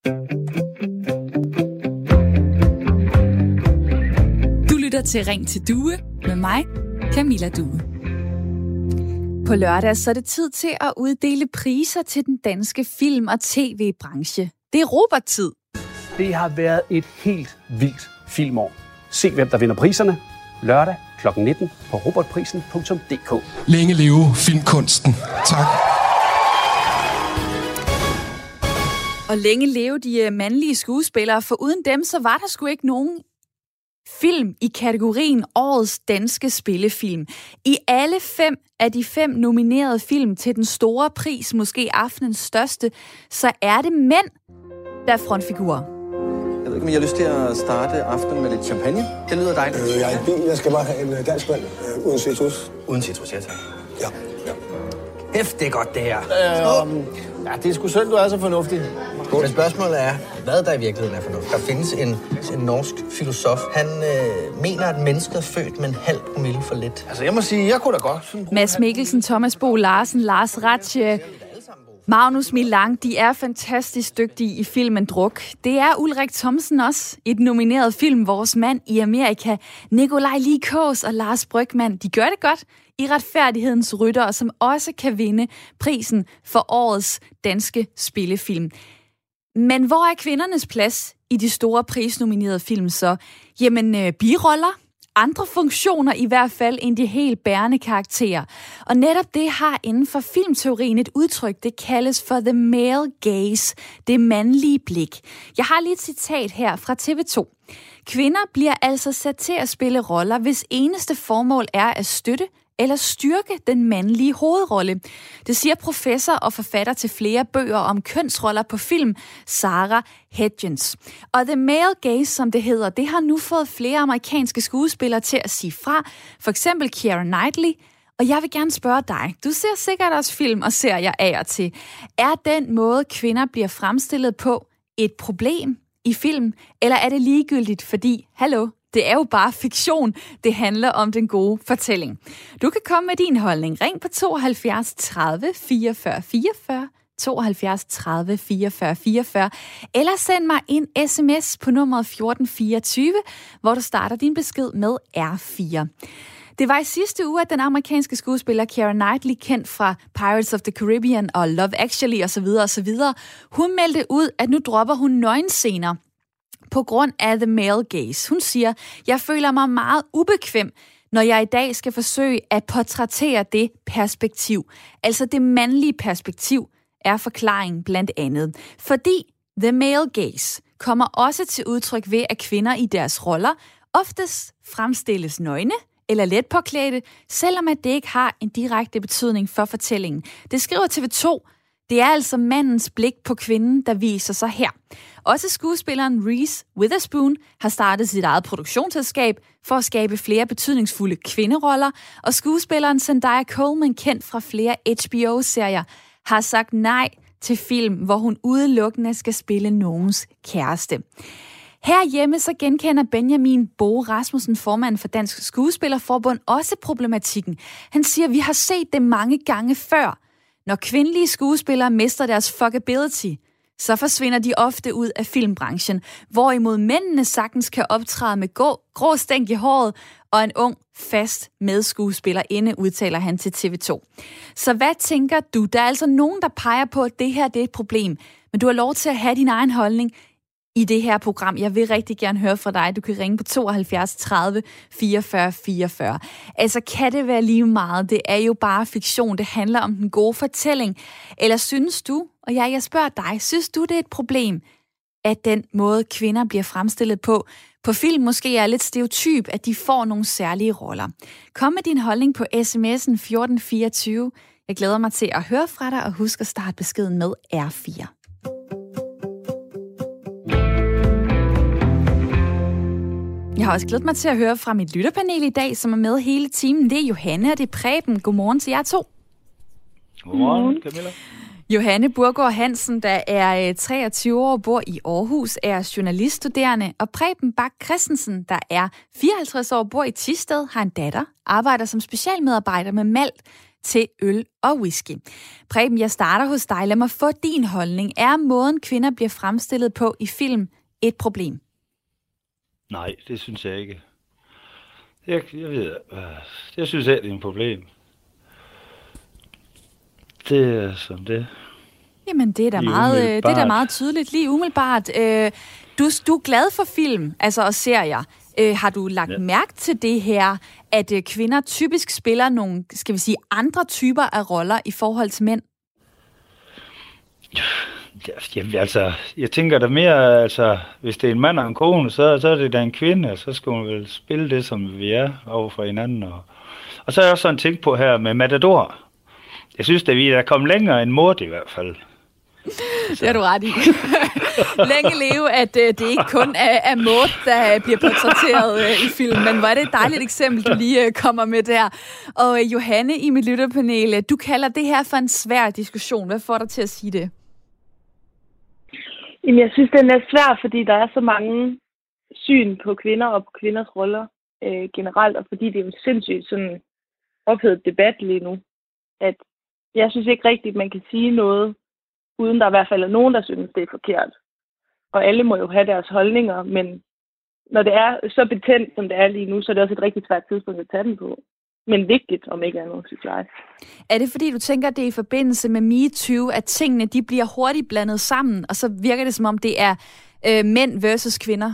Du lytter til Ring til Due med mig, Camilla Due. På lørdag så er det tid til at uddele priser til den danske film- og tv-branche. Det er Robert-tid. Det har været et helt vildt filmår. Se, hvem der vinder priserne lørdag kl. 19 på robertprisen.dk. Længe leve filmkunsten. Tak. Og længe leve de mandlige skuespillere, for uden dem så var der sgu ikke nogen film i kategorien Årets danske spillefilm. I alle 5 af de 5 nominerede film til den store pris, måske aftenens største, så er det mænd, der er frontfigurer. Jeg ved ikke, om jeg har lyst til at starte aftenen med lidt champagne. Det lyder dejligt. Jeg er i bil. Jeg skal bare have en dansk vand uden citrus. Uden citrus, ja tak. Ja. Hæft, det er godt det her. Ja, det er sgu synd, du er så fornuftig. Men spørgsmålet er, hvad der i virkeligheden er fornuftigt. Der findes en norsk filosof. Han mener, at mennesket er født med en halv promille for lidt. Altså, jeg må sige, jeg kunne da godt. Mads Mikkelsen, Thomas Bo Larsen, Lars Ratche, Magnus Milang, de er fantastisk dygtige i filmen Druk. Det er Ulrik Thomsen også i den nominerede film Vores Mand i Amerika. Nikolaj Likås og Lars Brygmann, de gør det godt i Retfærdighedens Ryttere, som også kan vinde prisen for årets danske spillefilm. Men hvor er kvindernes plads i de store prisnominerede film så? Jamen, biroller, andre funktioner i hvert fald end de helt bærende karakterer. Og netop det har inden for filmteorien et udtryk, det kaldes for the male gaze, det mandlige blik. Jeg har lige et citat her fra TV2. Kvinder bliver altså sat til at spille roller, hvis eneste formål er at støtte eller styrke den mandlige hovedrolle. Det siger professor og forfatter til flere bøger om kønsroller på film, Sarah Hedgens. Og the male gaze, som det hedder, det har nu fået flere amerikanske skuespillere til at sige fra. For eksempel Keira Knightley. Og jeg vil gerne spørge dig, du ser sikkert også film og serier af og til. Er den måde, kvinder bliver fremstillet på, et problem i film? Eller er det ligegyldigt, fordi, hallo, det er jo bare fiktion. Det handler om den gode fortælling. Du kan komme med din holdning. Ring på 72 30 44 44, 72 30 44 44, eller send mig en sms på nummeret 1424, hvor du starter din besked med R4. Det var i sidste uge, at den amerikanske skuespiller Keira Knightley, kendt fra Pirates of the Caribbean og Love Actually osv., hun meldte ud, at nu dropper hun nøgenscener på grund af the male gaze. Hun siger, jeg føler mig meget ubekvem, når jeg i dag skal forsøge at portrættere det perspektiv. Altså det mandlige perspektiv er forklaringen blandt andet. Fordi the male gaze kommer også til udtryk ved, at kvinder i deres roller oftest fremstilles nøgne eller let påklædte, selvom at det ikke har en direkte betydning for fortællingen. Det skriver TV2. Det er altså mandens blik på kvinden, der viser sig her. Også skuespilleren Reese Witherspoon har startet sit eget produktionsselskab for at skabe flere betydningsfulde kvinderoller, og skuespilleren Zendaya Coleman, kendt fra flere HBO-serier, har sagt nej til film, hvor hun udelukkende skal spille nogens kæreste. Herhjemme så genkender Benjamin Bo Rasmussen, formand for Dansk Skuespillerforbund, også problematikken. Han siger, at vi har set det mange gange før. Når kvindelige skuespillere mister deres fuckability, så forsvinder de ofte ud af filmbranchen, hvorimod mændene sagtens kan optræde med grå stænk i håret og en ung, fast medskuespillerinde, udtaler han til TV2. Så hvad tænker du? Der er altså nogen, der peger på, at det her det er et problem, men du har lov til at have din egen holdning i det her program. Jeg vil rigtig gerne høre fra dig. Du kan ringe på 72 30 44 44. Altså, kan det være lige meget? Det er jo bare fiktion. Det handler om den gode fortælling. Eller synes du, og jeg spørger dig, synes du, det er et problem, at den måde, kvinder bliver fremstillet på film måske er lidt stereotyp, at de får nogle særlige roller? Kom med din holdning på sms'en 1424. Jeg glæder mig til at høre fra dig, og husk at starte beskeden med R4. Jeg har også glædet mig til at høre fra mit lytterpanel i dag, som er med hele timen. Det er Johanne, og det er Preben. Godmorgen til jer to. Godmorgen, Camilla. Johanne Burgård Hansen, der er 23 år, bor i Aarhus, er journaliststuderende. Og Preben Bak Christensen, der er 54 år, bor i Thisted, har en datter, arbejder som specialmedarbejder med malt til øl og whisky. Preben, jeg starter hos dig. Lad mig få din holdning. Er måden, kvinder bliver fremstillet på i film et problem? Nej, det synes jeg ikke. Jeg synes ikke, det er et problem. Det er som det. Jamen, det er da meget tydeligt. Lige umiddelbart. Du er glad for film, altså og serier. Har du lagt mærke til det her, at kvinder typisk spiller nogle, skal vi sige, andre typer af roller i forhold til mænd? Jamen, altså, jeg tænker da mere, altså, hvis det er en mand og en kone, så er det da en kvinde, og så skal man vel spille det, som vi er over for hinanden. Og så er jeg også sådan tænkt på her med Matador. Jeg synes, at vi er kommet længere end Mord i hvert fald. Det har du ret i. Længe leve, at det ikke kun er Mord, der bliver portrætteret i filmen, men var det et dejligt eksempel, du lige kommer med der. Og Johanne i mit lytterpanel, du kalder det her for en svær diskussion. Hvad får dig til at sige det? Jamen, jeg synes, den er svær, fordi der er så mange syn på kvinder og på kvinders roller generelt, og fordi det er en sindssygt sådan ophedet debat lige nu, at jeg synes ikke rigtigt, man kan sige noget, uden der i hvert fald er nogen, der synes, det er forkert. Og alle må jo have deres holdninger, men når det er så betændt, som det er lige nu, så er det også et rigtig svært tidspunkt at tage den på. Men vigtigt, om ikke andet, synes jeg. Er det fordi, du tænker, at det er i forbindelse med MeToo, at tingene de bliver hurtigt blandet sammen, og så virker det, som om det er mænd versus kvinder?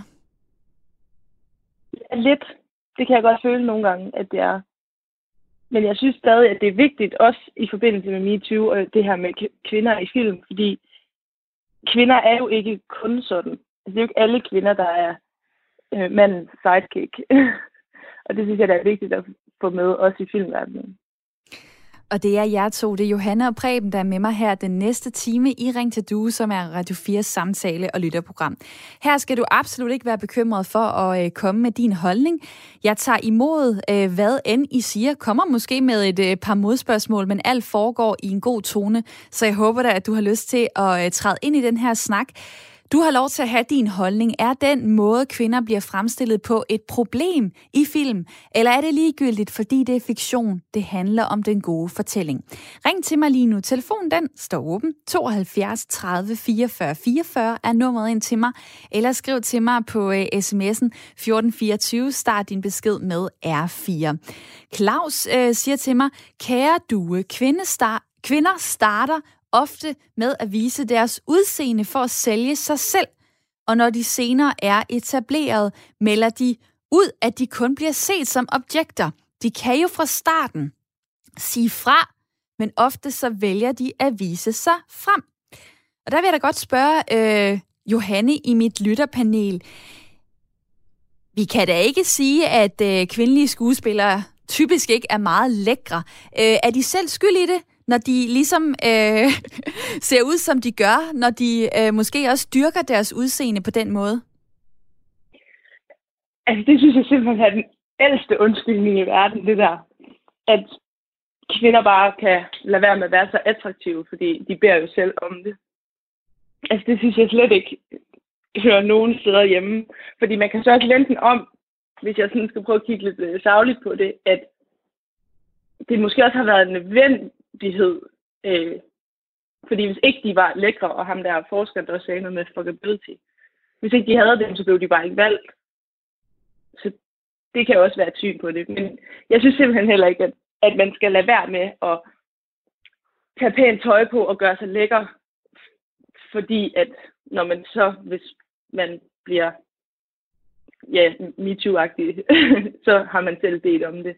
Ja, lidt. Det kan jeg godt føle nogle gange, at det er. Men jeg synes stadig, at det er vigtigt, også i forbindelse med MeToo og det her med kvinder i film, fordi kvinder er jo ikke kun sådan. Altså, det er jo ikke alle kvinder, der er mandens sidekick. Og det synes jeg, der er vigtigt at få med, også i filmverdenen. Og det er jer to, det er Johanne og Preben, der er med mig her den næste time i Ring til Due, som er Radio 4's samtale- og lytterprogram. Her skal du absolut ikke være bekymret for at komme med din holdning. Jeg tager imod, hvad end I siger, kommer måske med et par modspørgsmål, men alt foregår i en god tone, så jeg håber da, at du har lyst til at træde ind i den her snak. Du har lov til at have din holdning. Er den måde, kvinder bliver fremstillet på, et problem i film? Eller er det ligegyldigt, fordi det er fiktion? Det handler om den gode fortælling. Ring til mig lige nu. Telefonen den står åben. 72 30 44 44 er nummeret ind til mig. Eller skriv til mig på sms'en 1424. Start din besked med R4. Claus siger til mig, kære Due, kvinder starter ofte med at vise deres udseende for at sælge sig selv. Og når de senere er etableret, melder de ud, at de kun bliver set som objekter. De kan jo fra starten sige fra, men ofte så vælger de at vise sig frem. Og der vil jeg da godt spørge Johanne i mit lytterpanel. Vi kan da ikke sige, at kvindelige skuespillere typisk ikke er meget lækre. Er de selv skyld i det? Når de ligesom ser ud, som de gør, når de måske også dyrker deres udseende på den måde? Altså, det synes jeg simpelthen er den ældste undskyldning i verden, det der. At kvinder bare kan lade være med at være så attraktive, fordi de beder jo selv om det. Altså, det synes jeg slet ikke hører nogen steder hjemme. Fordi man kan så også vende den om, hvis jeg sådan skal prøve at kigge lidt sagligt på det, at det måske også har været en nødvendighed, fordi hvis ikke de var lækre, og ham der forskeren, der også sagde noget med fuckability, hvis ikke de havde dem, så blev de bare ikke valgt. Så det kan også være et syn på det. Men jeg synes simpelthen heller ikke, at man skal lade være med at tage pænt tøj på og gøre sig lækker, fordi at når man så, hvis man bliver MeToo-agtig, så har man selv bedt om det.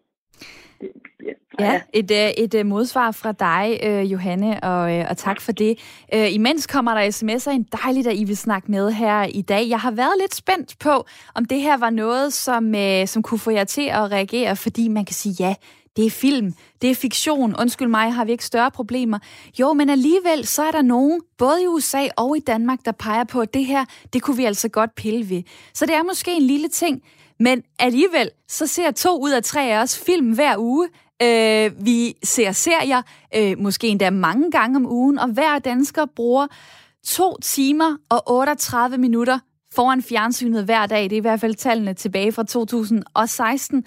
Ja, et modsvar fra dig, Johanne, og tak for det. Imens kommer der sms'er en dejligt, at I vil snakke med her i dag. Jeg har været lidt spændt på, om det her var noget, som kunne få jer til at reagere, fordi man kan sige, ja, det er film, det er fiktion, undskyld mig, har vi ikke større problemer? Jo, men alligevel, så er der nogen, både i USA og i Danmark, der peger på, at det her, det kunne vi altså godt pille ved. Så det er måske en lille ting, men alligevel, så ser 2 ud af 3 af os film hver uge. Vi ser serier, måske endda mange gange om ugen, og hver dansker bruger 2 timer og 38 minutter foran fjernsynet hver dag. Det er i hvert fald tallene tilbage fra 2016.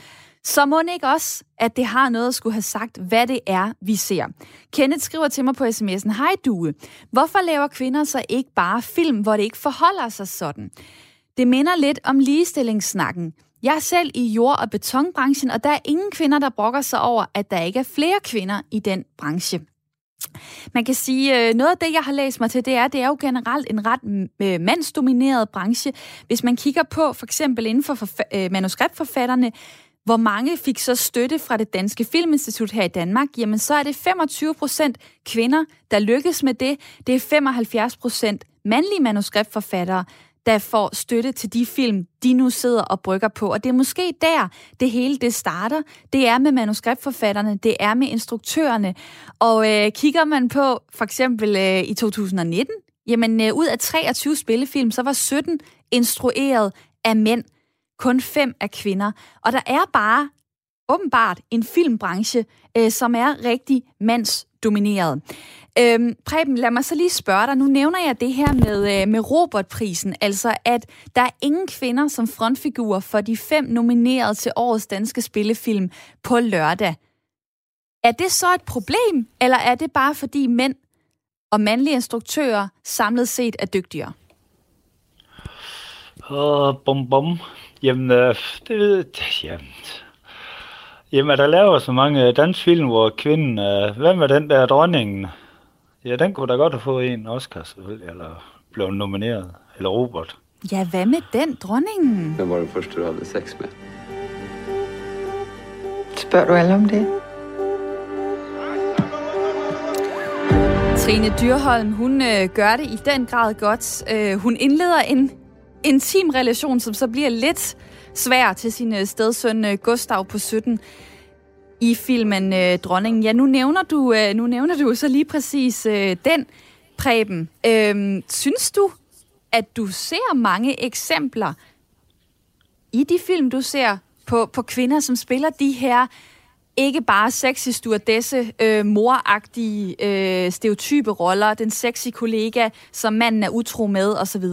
Så må ikke også, at det har noget at skulle have sagt, hvad det er, vi ser. Kenneth skriver til mig på sms'en, hej Due, hvorfor laver kvinder så ikke bare film, hvor det ikke forholder sig sådan? Det minder lidt om ligestillingssnakken. Jeg er selv i jord- og betonbranchen, og der er ingen kvinder, der brokker sig over, at der ikke er flere kvinder i den branche. Man kan sige, noget af det, jeg har læst mig til, det er jo generelt en ret mandsdomineret branche. Hvis man kigger på, for eksempel inden for manuskriptforfatterne, hvor mange fik så støtte fra det Danske Filminstitut her i Danmark, jamen så er det 25% kvinder, der lykkes med det. Det er 75% mandlige manuskriptforfattere, der får støtte til de film, de nu sidder og brygger på. Og det er måske der, det hele det starter. Det er med manuskriptforfatterne, det er med instruktørerne. Og kigger man på for eksempel i 2019, jamen ud af 23 spillefilm, så var 17 instrueret af mænd, kun 5 af kvinder. Og der er bare åbenbart en filmbranche, som er rigtig mandsdomineret. Preben, lad mig så lige spørge dig. Nu nævner jeg det her med Robertprisen, altså at der er ingen kvinder som frontfigurer for de 5 nominerede til årets danske spillefilm på lørdag. Er det så et problem, eller er det bare fordi mænd og mandlige instruktører samlet set er dygtigere? Jamen, det ved jeg. Jamen, der laver så mange dansfilm, hvor kvinden... Hvad med den der Dronningen? Ja, den kunne da godt have fået en Oscar, selvfølgelig, eller blev nomineret. Eller Robert. Ja, hvad med den Dronningen? Hvem var den første, du havde sex med? Spørger du alle om det? Trine Dyrholm, hun gør det i den grad godt. Hun indleder en intim relation, som så bliver lidt svær til sin stedsøn Gustav på 17 i filmen Dronningen. Ja, nu nævner du så lige præcis den, Preben. Synes du, at du ser mange eksempler i de film, du ser på kvinder, som spiller de her ikke bare sexy stewardesse, moragtige stereotype roller, den sexy kollega, som manden er utro med, osv.?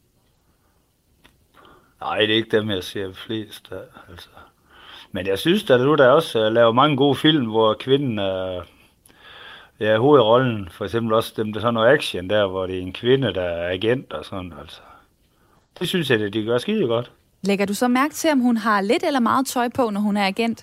Nej, det er ikke dem, jeg ser flest af, altså. Men jeg synes, at du der også laver mange gode film, hvor kvinden er hovedrollen. For eksempel også dem, der er sådan noget action der, hvor det er en kvinde, der er agent og sådan, altså. Det synes jeg, at de gør skide godt. Lægger du så mærke til, om hun har lidt eller meget tøj på, når hun er agent?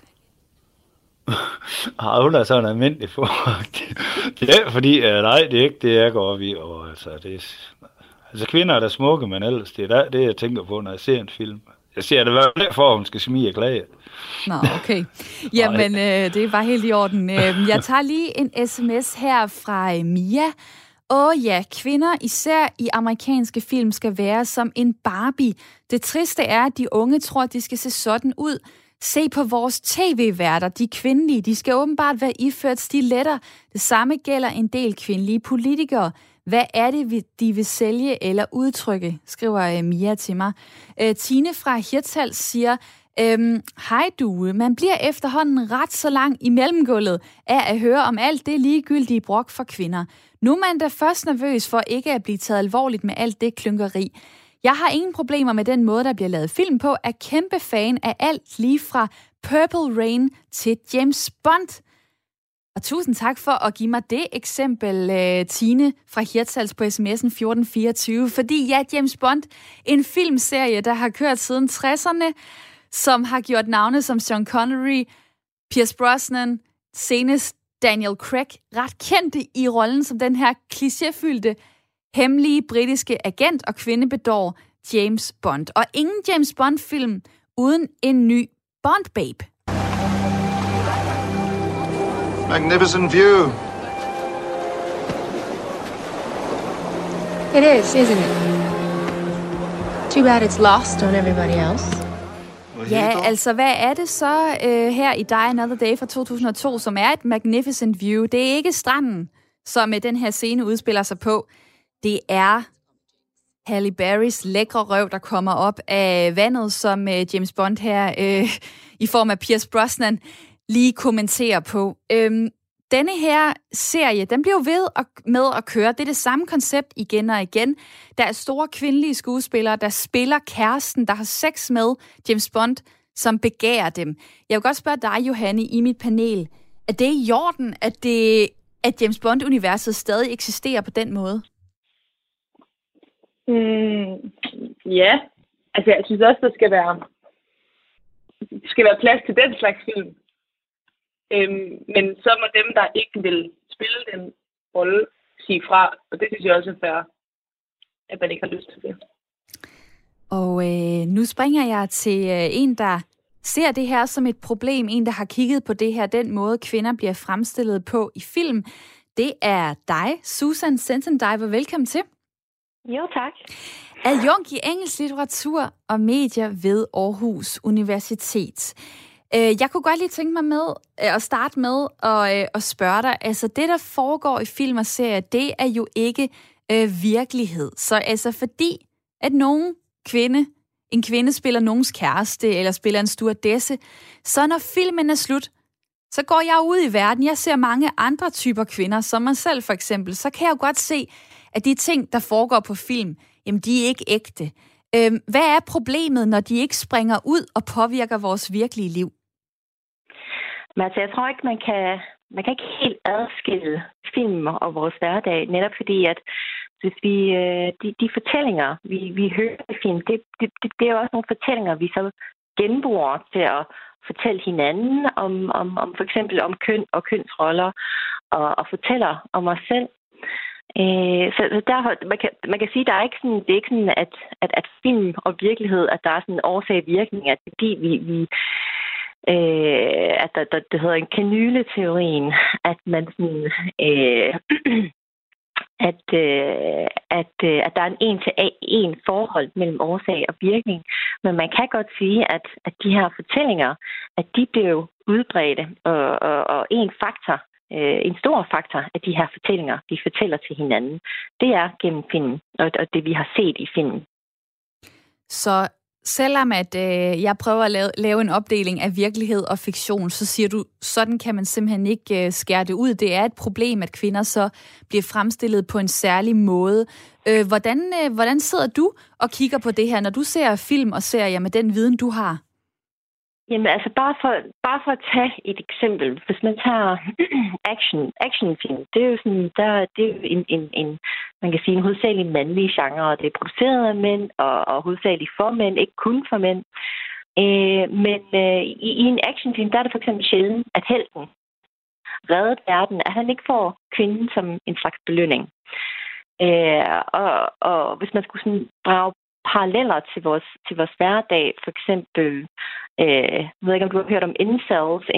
Hun er sådan almindelig på. Det er fordi, nej, det er ikke det, jeg går op i. Og, altså kvinder er der smukke, men ellers det er det, jeg tænker på, når jeg ser en film. Jeg ser det hvert for, at hun skal smige og klage. Nå, okay. Jamen, det er bare helt i orden. Jeg tager lige en sms her fra Mia. Ja, kvinder, især i amerikanske film, skal være som en Barbie. Det triste er, at de unge tror, at de skal se sådan ud. Se på vores tv-værter, de kvindelige, de skal åbenbart være iført stiletter. Det samme gælder en del kvindelige politikere. Hvad er det, de vil sælge eller udtrykke, skriver Mia til mig. Tine fra Hirtshals siger, hej Due, man bliver efterhånden ret så lang i mellemgulvet af at høre om alt det ligegyldige brok for kvinder. Nu er man da først nervøs for ikke at blive taget alvorligt med alt det klynkeri. Jeg har ingen problemer med den måde, der bliver lavet film på, er kæmpe fan af alt lige fra Purple Rain til James Bond. Og tusind tak for at give mig det eksempel, Tine fra Hirtshals på sms'en 1424. Fordi ja, James Bond, en filmserie, der har kørt siden 60'erne, som har gjort navne som Sean Connery, Pierce Brosnan, senest Daniel Craig, ret kendte i rollen som den her klichéfyldte, hemmelige britiske agent og kvindebedår James Bond. Og ingen James Bond-film uden en ny Bond-babe. Magnificent view. It is, isn't it? Too bad it's lost on everybody else. Ja, altså hvad er det så her i Die Another Day fra 2002, som er et magnificent view? Det er ikke stranden, som den her scene udspiller sig på. Det er Halle Berrys lækre røv, der kommer op af vandet, som James Bond her i form af Pierce Brosnan lige kommenterer på. Denne her serie, den bliver ved med at køre. Det er det samme koncept igen og igen. Der er store kvindelige skuespillere, der spiller kæresten, der har sex med James Bond, som begærer dem. Jeg vil godt spørge dig, Johanne, i mit panel. Er det i orden, at James Bond-universet stadig eksisterer på den måde? Ja. Altså, jeg synes også, der skal være plads til den slags film. Men så må dem, der ikke vil spille den rolle, sige fra. Og det synes jeg også er fair, at man ikke har lyst til det. Og nu springer jeg til en, der ser det her som et problem. En, der har kigget på det her, den måde kvinder bliver fremstillet på i film. Det er dig, Susan Sensendiver. Velkommen til. Jo, tak. Adjunkt i engelsk litteratur og medier ved Aarhus Universitet. Jeg kunne godt lige tænke mig med at starte med at spørge dig, altså det, der foregår i film og serier, det er jo ikke virkelighed. Så altså fordi, at en kvinde spiller nogens kæreste, eller spiller en stewardesse, så når filmen er slut, så går jeg ud i verden, jeg ser mange andre typer kvinder, som mig selv for eksempel, så kan jeg jo godt se, at de ting, der foregår på film, jamen de er ikke ægte. Hvad er problemet, når de ikke springer ud og påvirker vores virkelige liv? Men altså, jeg tror ikke, man kan ikke helt adskille film og vores hverdag, netop fordi, at hvis vi, de fortællinger, vi hører i film, det er også nogle fortællinger, vi så genbruger til at fortælle hinanden om for eksempel om køn og kønsroller, og fortæller om os selv. Så derfor, man kan sige, at det er ikke sådan, at film og virkelighed, at der er sådan en årsag-virkning, at fordi vi at det hedder en kanyle-teorien, at man sådan, at der er en en-til-en forhold mellem årsag og virkning. Men man kan godt sige, at de her fortællinger, at de blev udbredte, og en stor faktor af de her fortællinger, vi fortæller til hinanden, det er gennem film, og det vi har set i filmen. Så selvom at jeg prøver at lave en opdeling af virkelighed og fiktion, så siger du, sådan kan man simpelthen ikke skære det ud. Det er et problem, at kvinder så bliver fremstillet på en særlig måde. Hvordan sidder du og kigger på det her, når du ser film og serier med den viden, du har? Jamen altså, bare for at tage et eksempel. Hvis man tager actionfilm, det er jo sådan, det er jo en man kan sige en hovedsagelig mandlig genre, og det er produceret af mænd, og hovedsageligt for mænd, ikke kun for mænd. Men i en actionfilm, der er det for eksempel sjældent, at helten redder verden, at han ikke får kvinden som en slags belønning. Og hvis man skulle sådan drage paralleller til vores hverdag, for eksempel, jeg ved ikke, om du har hørt om incels,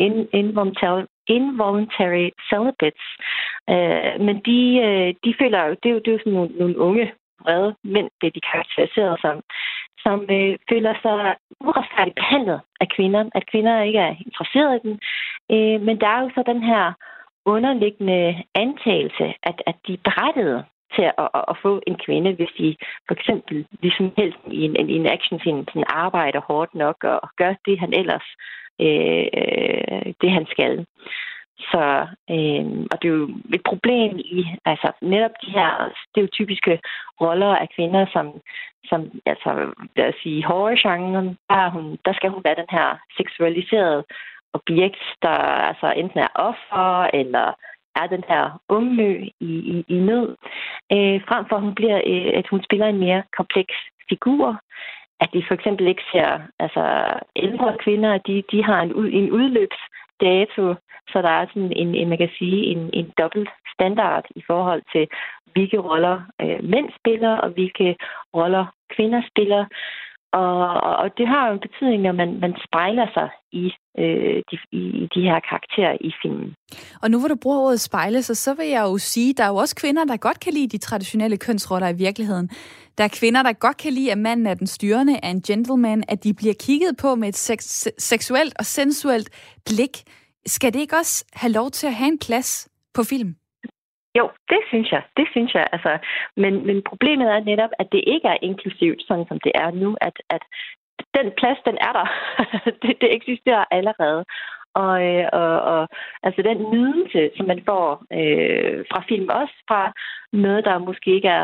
involuntary celibates, men de føler jo, det er jo sådan nogle unge, vrede mænd, det de karakteriserer som føler sig uretfærdigt behandlet af kvinder, at kvinder ikke er interesseret i dem, men der er jo så den her underliggende antagelse, at de er berettigede til at få en kvinde, hvis de for eksempel ligesom helst i en actionfilm sådan arbejder hårdt nok og gør det, han ellers det, han skal. Så, og det er jo et problem i altså netop de her stereotypiske roller af kvinder, som altså, lad os sige, horror-genren, der skal hun være den her seksualiserede objekt, der altså enten er offer eller er den her unge i nød, frem for at hun spiller en mere kompleks figur. At de for eksempel ikke ser altså ældre kvinder, de har en udløbsdato, så der er sådan en man kan sige, en dobbelt standard i forhold til, hvilke roller mænd spiller, og hvilke roller kvinder spiller. Og det har jo en betydning, når man spejler sig i de her karakterer i filmen. Og nu hvor du bruger ordet spejle sig, så vil jeg jo sige, der er jo også kvinder, der godt kan lide de traditionelle kønsroller i virkeligheden. Der er kvinder, der godt kan lide, at manden er den styrende, er en gentleman, at de bliver kigget på med et seksuelt og sensuelt blik. Skal det ikke også have lov til at have en plads på film? Jo, det synes jeg. Altså, men problemet er netop, at det ikke er inklusivt, sådan som det er nu, at den plads, den er der. det eksisterer allerede. Og altså den nydelse, som man får fra film, også fra noget, der måske ikke er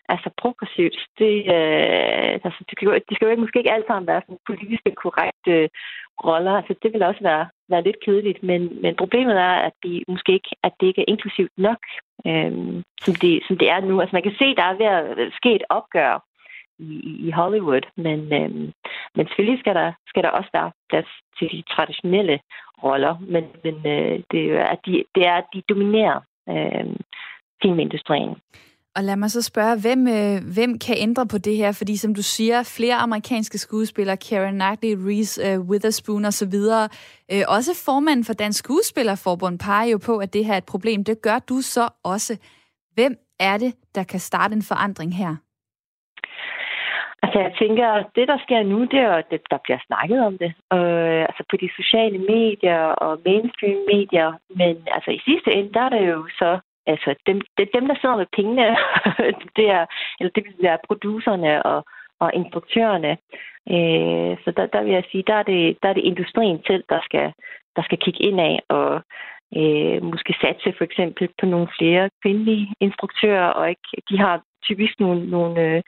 progressivt. Det skal jo måske ikke alt sammen være sådan politisk korrekte roller. Altså, det vil også være lidt kedeligt, men problemet er, at det ikke er inklusivt nok, som det er nu. Altså, man kan se, der er ved at ske et opgør i Hollywood, men selvfølgelig skal der også være plads til de traditionelle roller, men det er at de dominerer filmindustrien. Og lad mig så spørge, hvem kan ændre på det her? Fordi som du siger, flere amerikanske skuespillere, Keira Knightley, Reese Witherspoon osv., også formanden for Dansk Skuespillerforbund peger jo på, at det her er et problem. Det gør du så også. Hvem er det, der kan starte en forandring her? Altså, jeg tænker, at det, der sker nu, det er, at der bliver snakket om det. Altså på de sociale medier og mainstream-medier. Men altså, i sidste ende, der er det jo så dem, der sidder med pengene, det vil være producerne og instruktørerne. Så der vil jeg sige, der er det industrien selv, der skal kigge ind af og måske satse for eksempel på nogle flere kvindelige instruktører, og ikke de har typisk nogle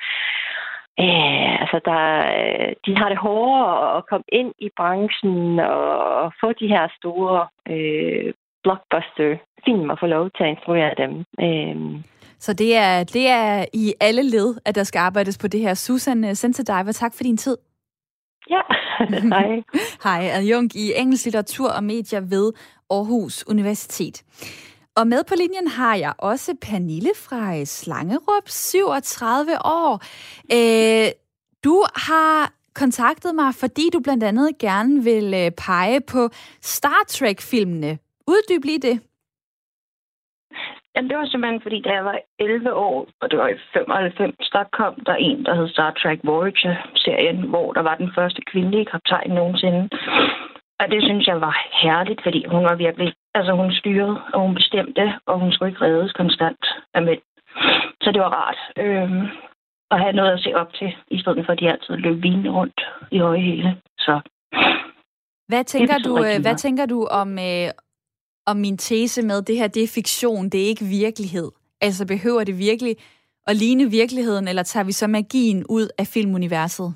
de har det hårdere at komme ind i branchen og få de her store blockbuster-film og få lov til at instruere dem. Så det er i alle led, at der skal arbejdes på det her. Susan Sentediver, tak for din tid. Ja, hej. Hej, adjunkt i engelsk litteratur og medier ved Aarhus Universitet. Og med på linjen har jeg også Pernille fra Slangerup, 37 år. Du har kontaktet mig, fordi du blandt andet gerne vil pege på Star Trek-filmene. Uddyb lige det. Jamen, det var simpelthen, fordi da jeg var 11 år, og det var i 95, der kom der en, der hed Star Trek Voyager-serien, hvor der var den første kvindelige kaptajn nogensinde. Og det synes jeg var herligt, fordi hun var virkelig, altså hun styrede, og hun bestemte, og hun skulle ikke reddes konstant af mænd. Så det var rart at have noget at se op til, i stedet for at de altid løb vinende rundt i høje hæle. Så Hvad tænker du om min tese med, det her, det er fiktion, det er ikke virkelighed? Altså behøver det virkelig at ligne virkeligheden, eller tager vi så magien ud af filmuniverset?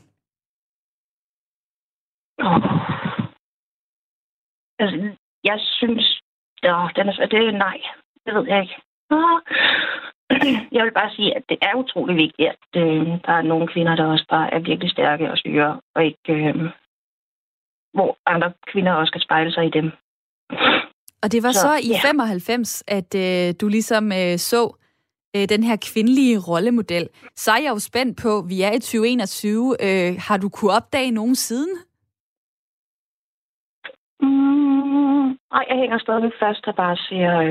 Altså, jeg synes, det er nej. Det ved jeg ikke. Jeg vil bare sige, at det er utrolig vigtigt, at der er nogle kvinder, der også bare er virkelig stærke og styre, og ikke hvor andre kvinder også skal spejle sig i dem. Og det var så i 95, at du ligesom så den her kvindelige rollemodel. Så er jeg jo spændt på, vi er i 2021. Har du kunne opdage nogen siden? Nej, jeg hænger stadig fast og bare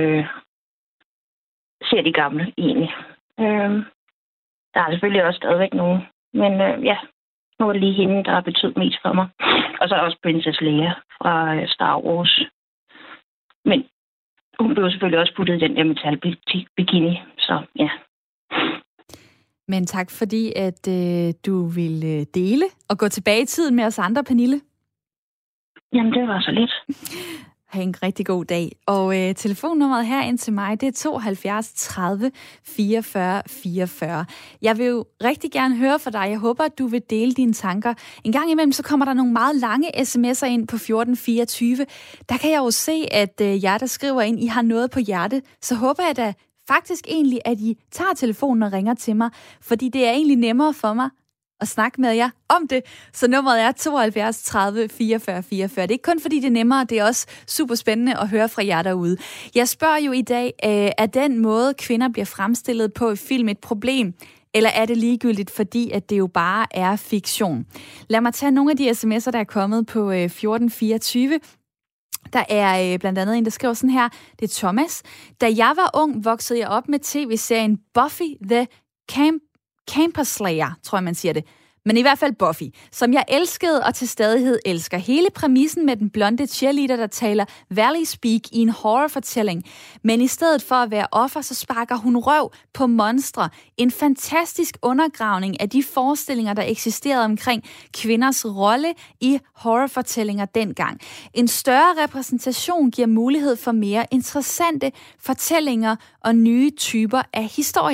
ser de gamle egentlig. Der er selvfølgelig også stadigvæk nogen. Men nu er det lige hende, der har betydet mest for mig. Og så er også Princess Leia fra Star Wars. Men hun blev selvfølgelig også puttet i den der metalbikini, så ja. Men tak fordi, at du ville dele og gå tilbage i tiden med os andre, Pernille. Jamen, det var så lidt. Ha' en rigtig god dag. Og telefonnummeret her ind til mig, det er 72 30 44 44. Jeg vil jo rigtig gerne høre fra dig. Jeg håber, at du vil dele dine tanker. En gang imellem, så kommer der nogle meget lange sms'er ind på 1424. Der kan jeg jo se, at jer, der skriver ind, I har noget på hjerte. Så håber jeg da faktisk egentlig, at I tager telefonen og ringer til mig. Fordi det er egentlig nemmere for mig og snakke med jer om det. Så nummeret er 72 30 44 44. Det er ikke kun fordi det er nemmere, det er også super spændende at høre fra jer derude. Jeg spørger jo i dag, er den måde, kvinder bliver fremstillet på i film et problem? Eller er det ligegyldigt, fordi at det jo bare er fiktion? Lad mig tage nogle af de sms'er, der er kommet på 1424. Der er blandt andet en, der skriver sådan her. Det er Thomas. Da jeg var ung, voksede jeg op med tv-serien Buffy the Vampire Slayer, tror jeg, man siger det. Men i hvert fald Buffy, som jeg elskede og til stadighed elsker. Hele præmissen med den blonde cheerleader, der taler Valley Speak i en horrorfortælling. Men i stedet for at være offer, så sparker hun røv på monstre. En fantastisk undergravning af de forestillinger, der eksisterede omkring kvinders rolle i horrorfortællinger dengang. En større repræsentation giver mulighed for mere interessante fortællinger og nye typer af historier,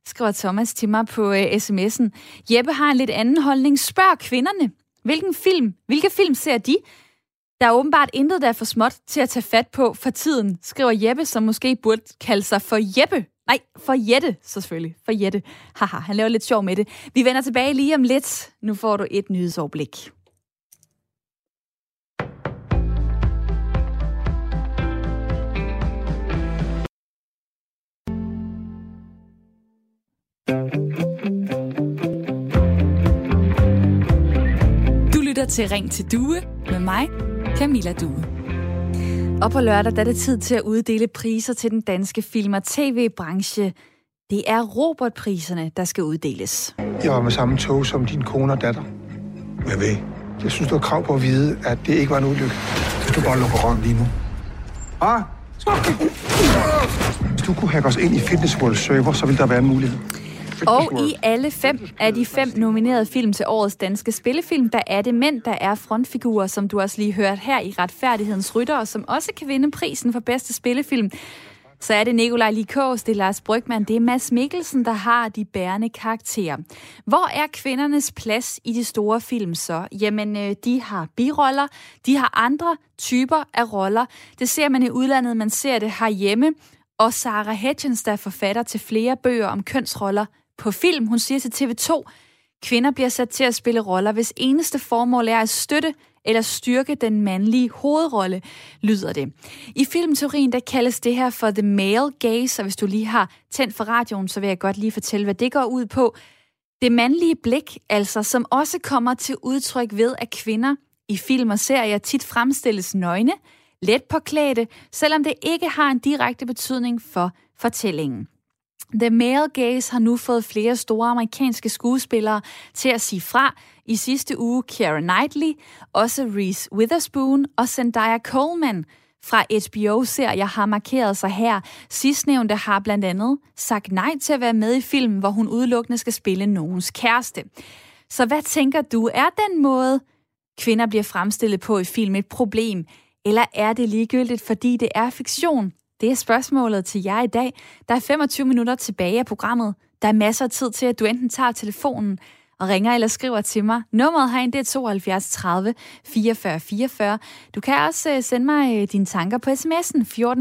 skriver Thomas til mig på sms'en. Jeppe har en lidt anden holdning. Spørg kvinderne. Hvilke film ser de? Der er åbenbart intet, der er for småt til at tage fat på for tiden, skriver Jeppe, som måske burde kalde sig for Jeppe. Nej, for Jette, selvfølgelig. For Jette. Haha, han laver lidt sjov med det. Vi vender tilbage lige om lidt. Nu får du et nyhedsoverblik. Til Ring til Due med mig, Camilla Due. Og på lørdag der er det tid til at uddele priser til den danske film- og tv-branche. Det er Robert-priserne, der skal uddeles. Jeg var med samme tog som din kone og datter. Hvad ved? Jeg synes, du har krav på at vide, at det ikke var en ulykke. Hvis du bare lukker røven lige nu. Hvis du kunne hacke os ind i Fitness World server, så ville der være en mulighed. Og i alle 5 af de 5 nominerede film til årets danske spillefilm, der er det mænd, der er frontfigurer, som du også lige hørt her i Retfærdighedens Ryttere, som også kan vinde prisen for bedste spillefilm. Så er det Nikolaj Likås, det er Lars Brygmann, det er Mads Mikkelsen, der har de bærende karakterer. Hvor er kvindernes plads i de store film så? Jamen, de har biroller, de har andre typer af roller. Det ser man i udlandet, man ser det herhjemme. Og Sarah Hitchens, der er forfatter til flere bøger om kønsroller på film, hun siger til TV2, kvinder bliver sat til at spille roller, hvis eneste formål er at støtte eller styrke den mandlige hovedrolle, lyder det. I filmteorien, der kaldes det her for the male gaze, og hvis du lige har tændt for radioen, så vil jeg godt lige fortælle, hvad det går ud på. Det mandlige blik, altså, som også kommer til udtryk ved, at kvinder i film og serier tit fremstilles nøgne, let påklædte, selvom det ikke har en direkte betydning for fortællingen. The Male Gaze har nu fået flere store amerikanske skuespillere til at sige fra. I sidste uge Keira Knightley, også Reese Witherspoon og Zendaya Coleman fra HBO-serier har markeret sig her. Sidstnævnte har blandt andet sagt nej til at være med i film, hvor hun udelukkende skal spille nogens kæreste. Så hvad tænker du? Er den måde, kvinder bliver fremstillet på i film et problem? Eller er det ligegyldigt, fordi det er fiktion? Det er spørgsmålet til jer i dag. Der er 25 minutter tilbage af programmet. Der er masser af tid til, at du enten tager telefonen og ringer eller skriver til mig. Nummeret herinde, det er 72 30 44 44. Du kan også sende mig dine tanker på sms'en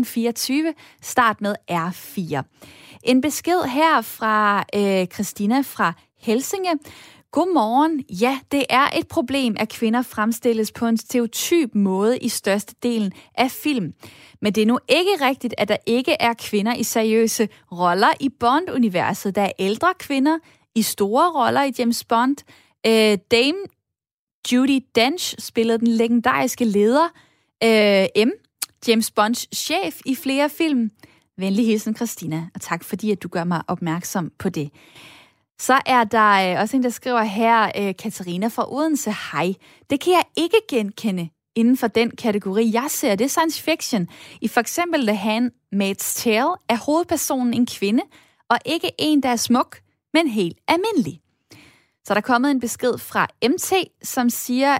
1424. Start med R4. En besked her fra Christina fra Helsinge. Godmorgen. Ja, det er et problem, at kvinder fremstilles på en stereotyp måde i størstedelen af film. Men det er nu ikke rigtigt, at der ikke er kvinder i seriøse roller i Bond-universet. Der er ældre kvinder i store roller i James Bond. Dame Judi Dench spillede den legendariske leder M, James Bonds chef i flere film. Venlig hilsen, Christina, og tak fordi, at du gør mig opmærksom på det. Så er der også en, der skriver her, Katarina fra Odense, hej. Det kan jeg ikke genkende inden for den kategori, jeg ser. Det er science fiction. I for eksempel The Handmaid's Tale er hovedpersonen en kvinde, og ikke en, der er smuk, men helt almindelig. Så er der kommet en besked fra MT, som siger,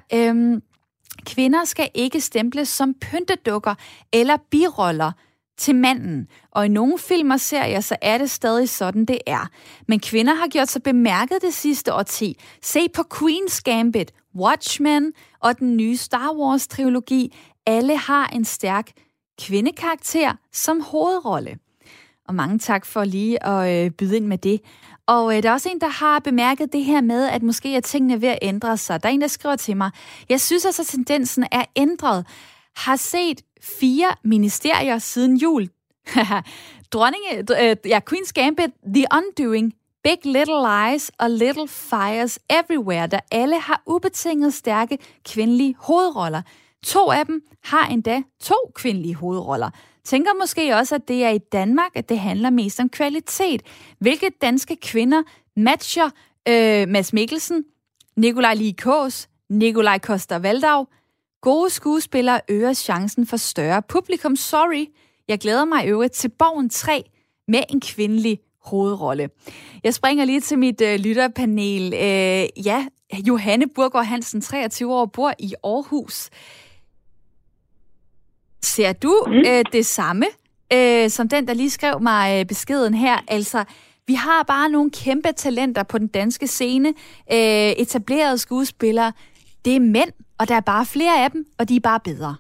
kvinder skal ikke stemples som pyntedukker eller biroller til manden. Og i nogle film og serier, så er det stadig sådan, det er. Men kvinder har gjort sig bemærket det sidste årti. Se på Queen's Gambit, Watchmen og den nye Star Wars-trilogi. Alle har en stærk kvindekarakter som hovedrolle. Og mange tak for lige at byde ind med det. Og der er også en, der har bemærket det her med, at måske er tingene ved at ændre sig. Der er en, der skriver til mig, jeg synes altså, at tendensen er ændret. Har set 4 ministerier siden jul. Queen's Gambit, The Undoing, Big Little Lies og Little Fires Everywhere, der alle har ubetinget stærke kvindelige hovedroller. 2 af dem har endda 2 kvindelige hovedroller. Tænker måske også, at det er i Danmark, at det handler mest om kvalitet. Hvilke danske kvinder matcher Mads Mikkelsen, Nikolaj Likås, Nikolaj Coster-Waldau? Gode skuespillere øger chancen for større publikum. Sorry, jeg glæder mig i øvrigt til Borgen 3 med en kvindelig hovedrolle. Jeg springer lige til mit lytterpanel. Johanne Burgård Hansen, 23 år, bor i Aarhus. Ser du det samme som den, der lige skrev mig beskeden her? Altså, Vi har bare nogle kæmpe talenter på den danske scene, etablerede skuespillere. Det er mænd, og der er bare flere af dem, og de er bare bedre.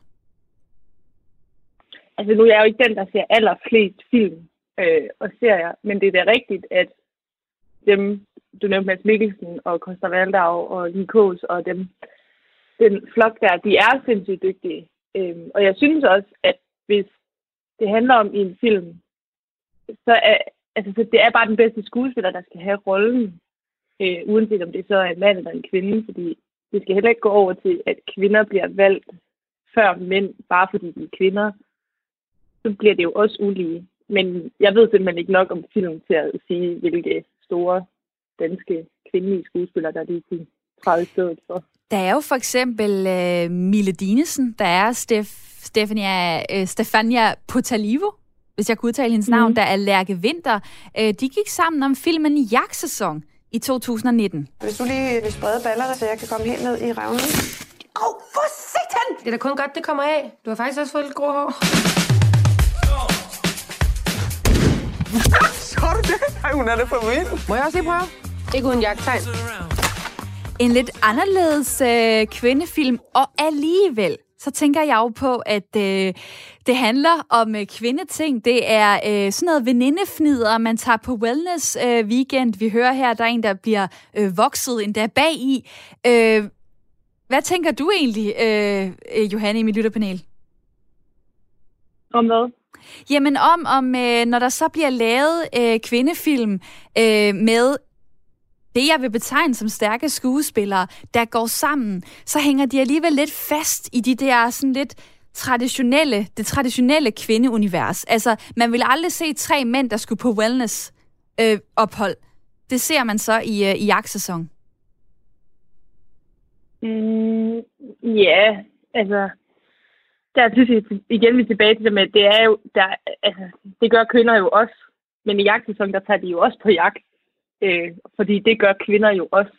Altså nu er jeg jo ikke den, der ser allerflest film og serier, men det er da rigtigt, at dem, du nævnte Mads Mikkelsen og Costa Waldau og Line Kaas og dem, den flok der, de er sindssygt dygtige. Og jeg synes også, at hvis det handler om i en film, så det er bare den bedste skuespiller, der skal have rollen, uanset om det så er en mand eller en kvinde, fordi det skal heller ikke gå over til, at kvinder bliver valgt før mænd, bare fordi de er kvinder. Så bliver det jo også ulige. Men jeg ved simpelthen ikke nok om film til at sige, hvilke store danske kvindelige skuespillere, der lige kunne træde i stedet for. Der er jo for eksempel Mille Dinesen, der er Stefania Potalivo, hvis jeg kunne udtale hendes navn, der er Lærke Winther. De gik sammen om filmen Jagtsæson i 2019. Hvis du lige vil sprede ballerne, så jeg kan komme helt ned i revnen. For satan! Det er da kun godt, det kommer af. Du har faktisk også fået lidt grå hår. Så er det? Ej, hun er det for vild. Må jeg også lige prøve? Ikke uden jagttegn. En lidt anderledes kvindefilm, og alligevel så tænker jeg jo på, at det handler om kvindeting. Det er sådan noget venindefnider, man tager på wellness weekend. Vi hører her, der er en, der bliver vokset endda bag i. Hvad tænker du egentlig, Johanne, i mit lytterpanel? Om hvad? Jamen om når der så bliver lavet kvindefilm med det, jeg vil betegne som stærke skuespillere, der går sammen, så hænger de alligevel lidt fast i de der sådan lidt det traditionelle kvindeunivers. Altså, man vil aldrig se 3 mænd, der skulle på wellness ophold. Det ser man så i Jagtsæson. Ja, altså, der synes jeg igen, vi er tilbage til det med, det er jo, det gør kvinder jo også, men i Jagtsæson, der tager de jo også på jagt. Fordi det gør kvinder jo også.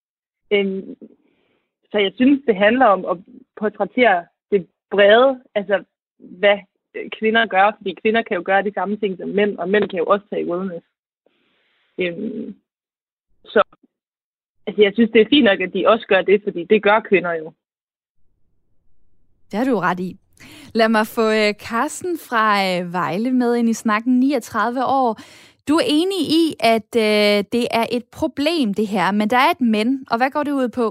Så jeg synes, det handler om at portrættere det brede, altså hvad kvinder gør, fordi kvinder kan jo gøre de samme ting som mænd, og mænd kan jo også tage wellness. Så altså, jeg synes, det er fint nok, at de også gør det, fordi det gør kvinder jo. Det har du jo ret i. Lad mig få Carsten fra Vejle med ind i snakken, 39 år. Du er enig i, at det er et problem, det her, men der er et men, og hvad går det ud på?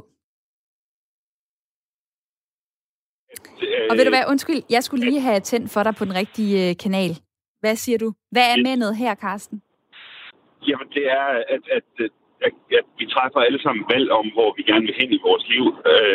Og ved du hvad, undskyld, jeg skulle lige have tændt for dig på den rigtige kanal. Hvad siger du? Hvad er mendet her, Carsten? Jamen, det er, at vi træffer alle sammen valg om, hvor vi gerne vil hen i vores liv.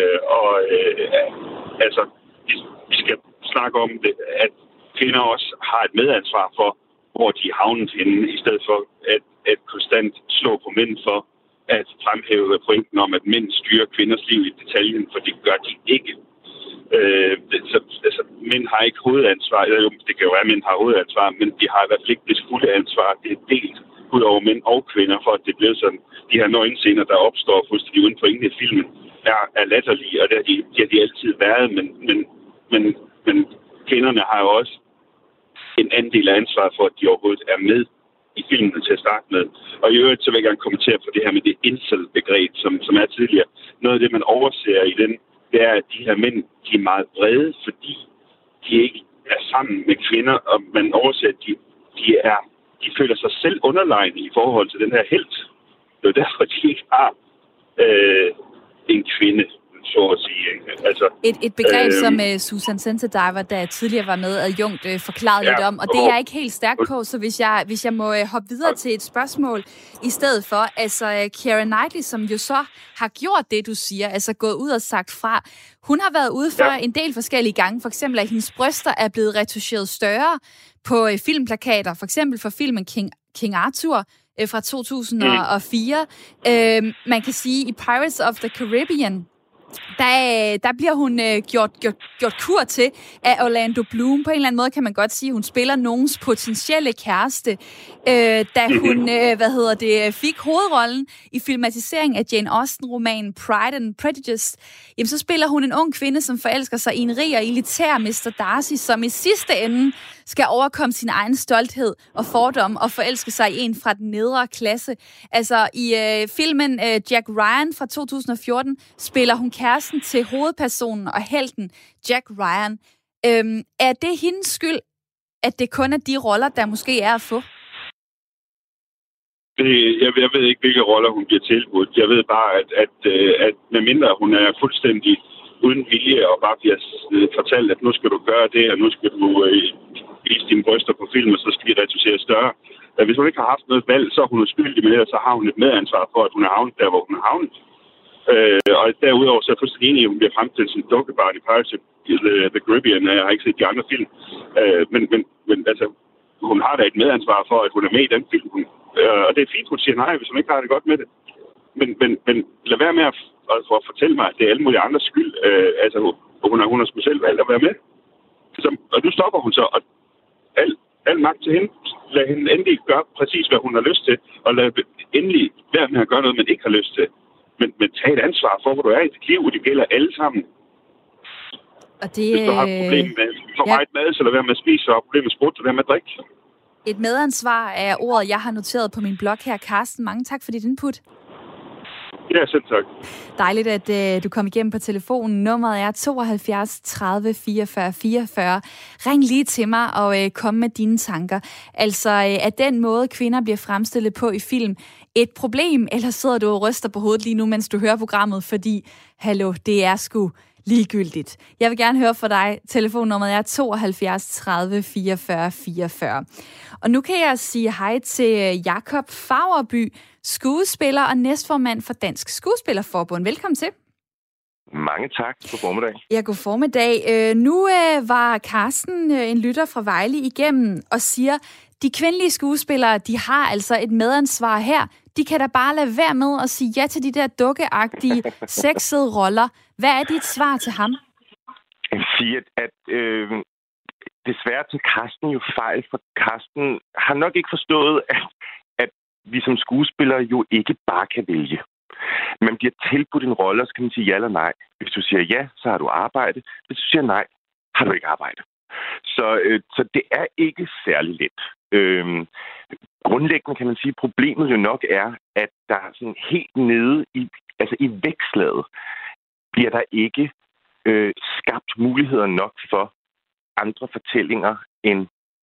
Altså, vi skal snakke om det, at kvinder også har et medansvar for, hvor de er havnet henne, i stedet for at konstant slå på mænd for at fremhæve pointen om, at mænd styrer kvinders liv i detaljen, for det gør de ikke. Altså, mænd har ikke hovedansvar, eller jo, det kan jo være, at mænd har hovedansvar, men de har i hvert fald ikke det fulde ansvar. Det er delt ud over mænd og kvinder, for at det bliver sådan, de her nøgenscener, der opstår fuldstændig uden for ingen af filmen, er latterlige, og det har de altid været, men kvinderne har jo også en anden del af ansvaret for, at de overhovedet er med i filmen til at starte med. Og i øvrigt, så vil jeg gerne kommentere på det her med det incel-begreb, som er tidligere. Noget af det, man overser i den, det er, at de her mænd, de er meget brede, fordi de ikke er sammen med kvinder, og man overser, at de føler sig selv underlegne i forhold til den her helt. Det er derfor, de ikke har en kvinde, så at sige. Altså, et begreb, som Susan Sentediver, der tidligere var med adjunkt, forklarede lidt om, og det er jeg ikke helt stærk på, så hvis jeg må hoppe videre til et spørgsmål i stedet for, altså Keira Knightley, som jo så har gjort det, du siger, altså gået ud og sagt fra, hun har været ude for en del forskellige gange, for eksempel at hendes bryster er blevet retuscheret større på filmplakater, for eksempel for filmen King Arthur fra 2004. Man kan sige, i Pirates of the Caribbean, der bliver hun gjort kur til af Orlando Bloom. På en eller anden måde kan man godt sige, at hun spiller nogens potentielle kæreste. Da hun fik hovedrollen i filmatiseringen af Jane Austen-romanen Pride and Prejudice, jamen, så spiller hun en ung kvinde, som forelsker sig i en rig og elitær Mr. Darcy, som i sidste ende skal overkomme sin egen stolthed og fordom og forelske sig i en fra den nedre klasse. Altså i filmen Jack Ryan fra 2014 spiller hun kæresten til hovedpersonen og helten Jack Ryan. Er det hendes skyld, at det kun er de roller, der måske er at få? Jeg ved ikke, hvilke roller hun bliver tilbudt. Jeg ved bare, at medmindre hun er fuldstændig uden vilje og bare bliver fortalt, at nu skal du gøre det, og nu skal du vise dine bryster på film, og så skal de reducere større. Hvis hun ikke har haft noget valg, så er hun uskyldig med det, og så har hun et medansvar for, at hun er havnet der, hvor hun er havnet. Og derudover så er jeg fuldstændig enig, at hun bliver fremstillet som dukkebarn i Pirates of the Caribbean. Jeg har ikke set de andre film. Men altså, hun har da et medansvar for, at hun er med i den film. Og det er fint, hun siger nej, hvis hun ikke har det godt med det. Men lad være med at fortælle mig, at det er alle mulige andres skyld. Hun har sgu selv valgt at være med. Og nu stopper hun så, og al magt til hende. Lad hende endelig gøre præcis, hvad hun har lyst til. Og lad endelig være med at gøre noget, man ikke har lyst til. Men tag et ansvar for, hvor du er i dit liv, og det gælder alle sammen. Og det, hvis du har et problem med for meget mad, så lad være med at spise, og problem med sprut, så lad være med at drikke. Et medansvar er ordet, jeg har noteret på min blog her. Carsten, mange tak for dit input. Ja, selv tak. Dejligt, at du kom igennem på telefonen. Nummeret er 72 30 44 44. Ring lige til mig og kom med dine tanker. Altså, er den måde, kvinder bliver fremstillet på i film et problem, eller sidder du og ryster på hovedet lige nu, mens du hører programmet, fordi, hallo, det er sgu ligegyldigt. Jeg vil gerne høre fra dig. Telefonnummeret er 72 30 44 44. Og nu kan jeg sige hej til Jakob Fagerby, skuespiller og næstformand for Dansk Skuespillerforbund. Velkommen til. Mange tak. God formiddag. Ja, god formiddag. Nu var Carsten, en lytter fra Vejle, igennem og siger, de kvindelige skuespillere, de har altså et medansvar her. De kan da bare lade være med at sige ja til de der dukkeagtige, sexede roller. Hvad er dit svar til ham? Jeg vil sige, at desværre til Carsten jo fejl, for Carsten har nok ikke forstået, at vi som skuespillere jo ikke bare kan vælge. Man bliver tilbudt en rolle, og så kan man sige ja eller nej. Hvis du siger ja, så har du arbejde. Hvis du siger nej, har du ikke arbejde. Så det er ikke særlig let. Grundlæggende kan man sige, at problemet jo nok er, at der sådan helt nede i vækslaget bliver der ikke skabt muligheder nok for andre fortællinger end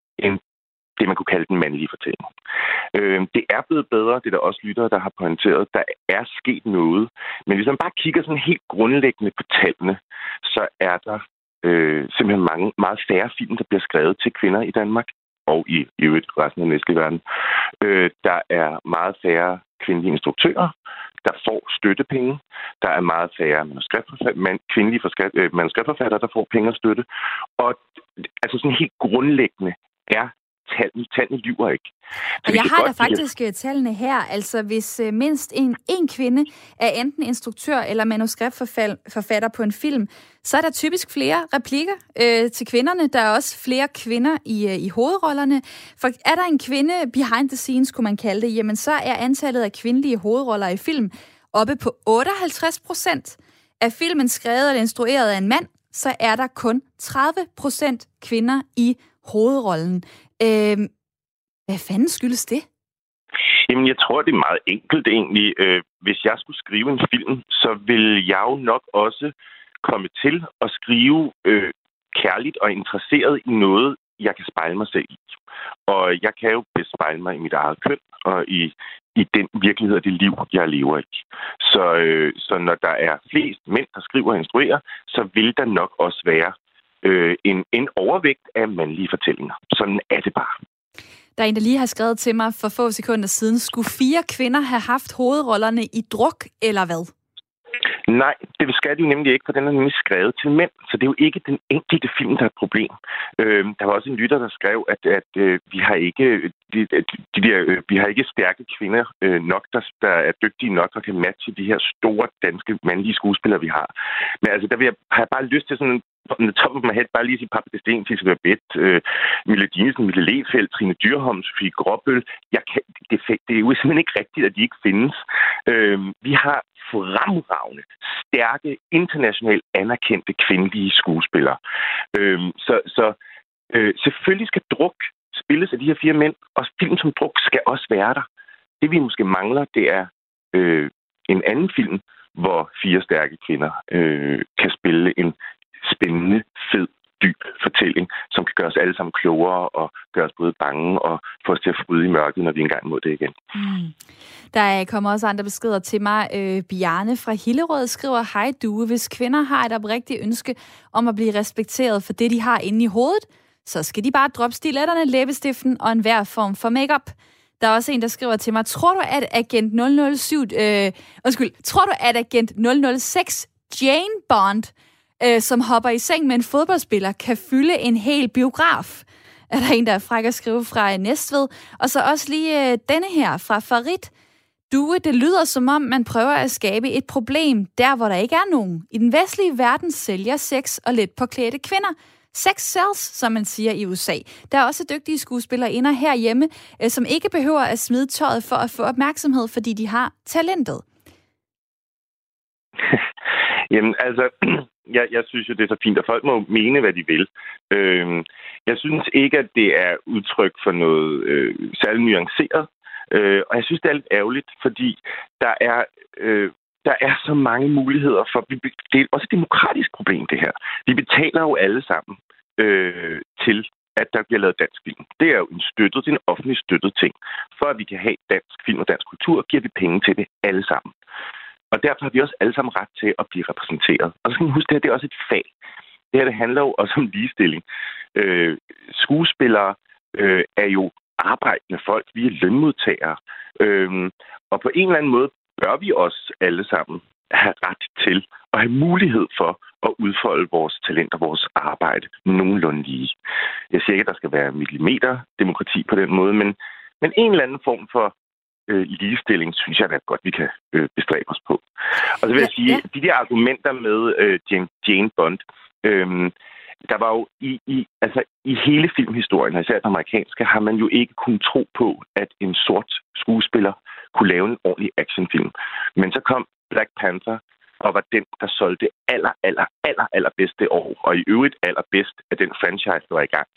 det, man kunne kalde den mandlige fortælling. Det er blevet bedre, det er der også lyttere, der har pointeret. Der er sket noget. Men hvis man bare kigger sådan helt grundlæggende på tallene, så er der simpelthen meget færre film, der bliver skrevet til kvinder i Danmark og i øvrigt resten af den vestlige verden. Der er meget færre kvindelige instruktører, der får støttepenge. Der er meget færre kvindelige manuskriptforfattere, der får penge og støtte. Og altså sådan helt grundlæggende er tallene lyver ikke. Og jeg har da faktisk tallene her. Altså hvis mindst en kvinde er enten instruktør eller manuskriptforfatter på en film, så er der typisk flere replikker til kvinderne. Der er også flere kvinder i hovedrollerne. For er der en kvinde behind the scenes, kunne man kalde det, jamen så er antallet af kvindelige hovedroller i film oppe på 58%. Er filmen skrevet eller instrueret af en mand, så er der kun 30% kvinder i hovedrollen. Hvad fanden skyldes det? Jamen, jeg tror, det er meget enkelt egentlig. Hvis jeg skulle skrive en film, så vil jeg jo nok også komme til at skrive kærligt og interesseret i noget, jeg kan spejle mig selv i. Og jeg kan jo spejle mig i mit eget køn og i den virkelighed og det liv, jeg lever i. Så når der er flest mænd, der skriver og instruerer, så vil der nok også være en overvægt af mandlige fortællinger. Sådan er det bare. Der er en, der lige har skrevet til mig for få sekunder siden. Skulle 4 kvinder have haft hovedrollerne i Druk, eller hvad? Nej, det skal de jo nemlig ikke, for den er nemlig skrevet til mænd. Så det er jo ikke den enkelte film, der er et problem. Der var også en lytter, der skrev, at vi har ikke vi har ikke stærke kvinder nok, der er dygtige nok og kan matche de her store danske mandlige skuespillere, vi har. Men altså, der har jeg bare lyst til sådan på toppen af mig helt bare lige sige Paprika Steen, Tisebjerg Beth, Mille Dinesen, Mille Lefeldt, Trine Dyrholm, Sofie Gråbøl. Det er jo simpelthen ikke rigtigt, at de ikke findes. Vi har fremragende, stærke, internationalt anerkendte kvindelige skuespillere. Så Selvfølgelig skal Druk spilles af de her 4 mænd, og film som Druk skal også være der. Det vi måske mangler, det er en anden film, hvor 4 stærke kvinder kan spille en spændende, fed, dyb fortælling, som kan gøre os alle sammen klogere og gøre os både bange og få os til at fryde i mørket, når vi engang må det igen. Der kommer også andre beskeder til mig. Bjarne fra Hillerød skriver, hej Due, hvis kvinder har et oprigtigt ønske om at blive respekteret for det, de har inde i hovedet, så skal de bare droppe stiletterne, læbestiften og enhver form for makeup. Der er også en, der skriver til mig, tror du, at agent 006 Jane Bond, som hopper i seng med en fodboldspiller, kan fylde en hel biograf? Er der en, der er fræk at skrive fra Næstved? Og så også lige denne her fra Farid. Due, det lyder som om, man prøver at skabe et problem, der hvor der ikke er nogen. I den vestlige verden sælger sex og let påklædte kvinder. Sex sells, som man siger i USA. Der er også dygtige skuespillerinder herhjemme, som ikke behøver at smide tøjet for at få opmærksomhed, fordi de har talentet. Jamen, altså, jeg synes jo, det er så fint, at folk må mene, hvad de vil. Jeg synes ikke, at det er udtryk for noget særligt nuanceret. Og jeg synes, det er lidt ærgerligt, fordi der er så mange muligheder for... Det er også et demokratisk problem, det her. Vi betaler jo alle sammen til, at der bliver lavet dansk film. Det er jo det er en offentlig støttet ting. For at vi kan have dansk film og dansk kultur, giver vi penge til det alle sammen. Og derfor har vi også alle sammen ret til at blive repræsenteret. Og så skal man huske, det her det er også et fag. Det her det handler jo også om ligestilling. Skuespillere er jo arbejdende folk. Vi er lønmodtagere. Og på en eller anden måde bør vi også alle sammen have ret til at have mulighed for at udfolde vores talent og vores arbejde nogenlunde lige. Jeg siger ikke, at der skal være millimeterdemokrati på den måde, men en eller anden form for ligestilling, synes jeg, at godt vi kan bestræbe os på. Og så vil jeg sige, de der argumenter med Jane Bond, der var jo i hele filmhistorien, især den amerikanske, har man jo ikke kunnet tro på, at en sort skuespiller kunne lave en ordentlig actionfilm. Men så kom Black Panther og var den, der solgte allerbedste år, og i øvrigt allerbedst af den franchise, der var i gang.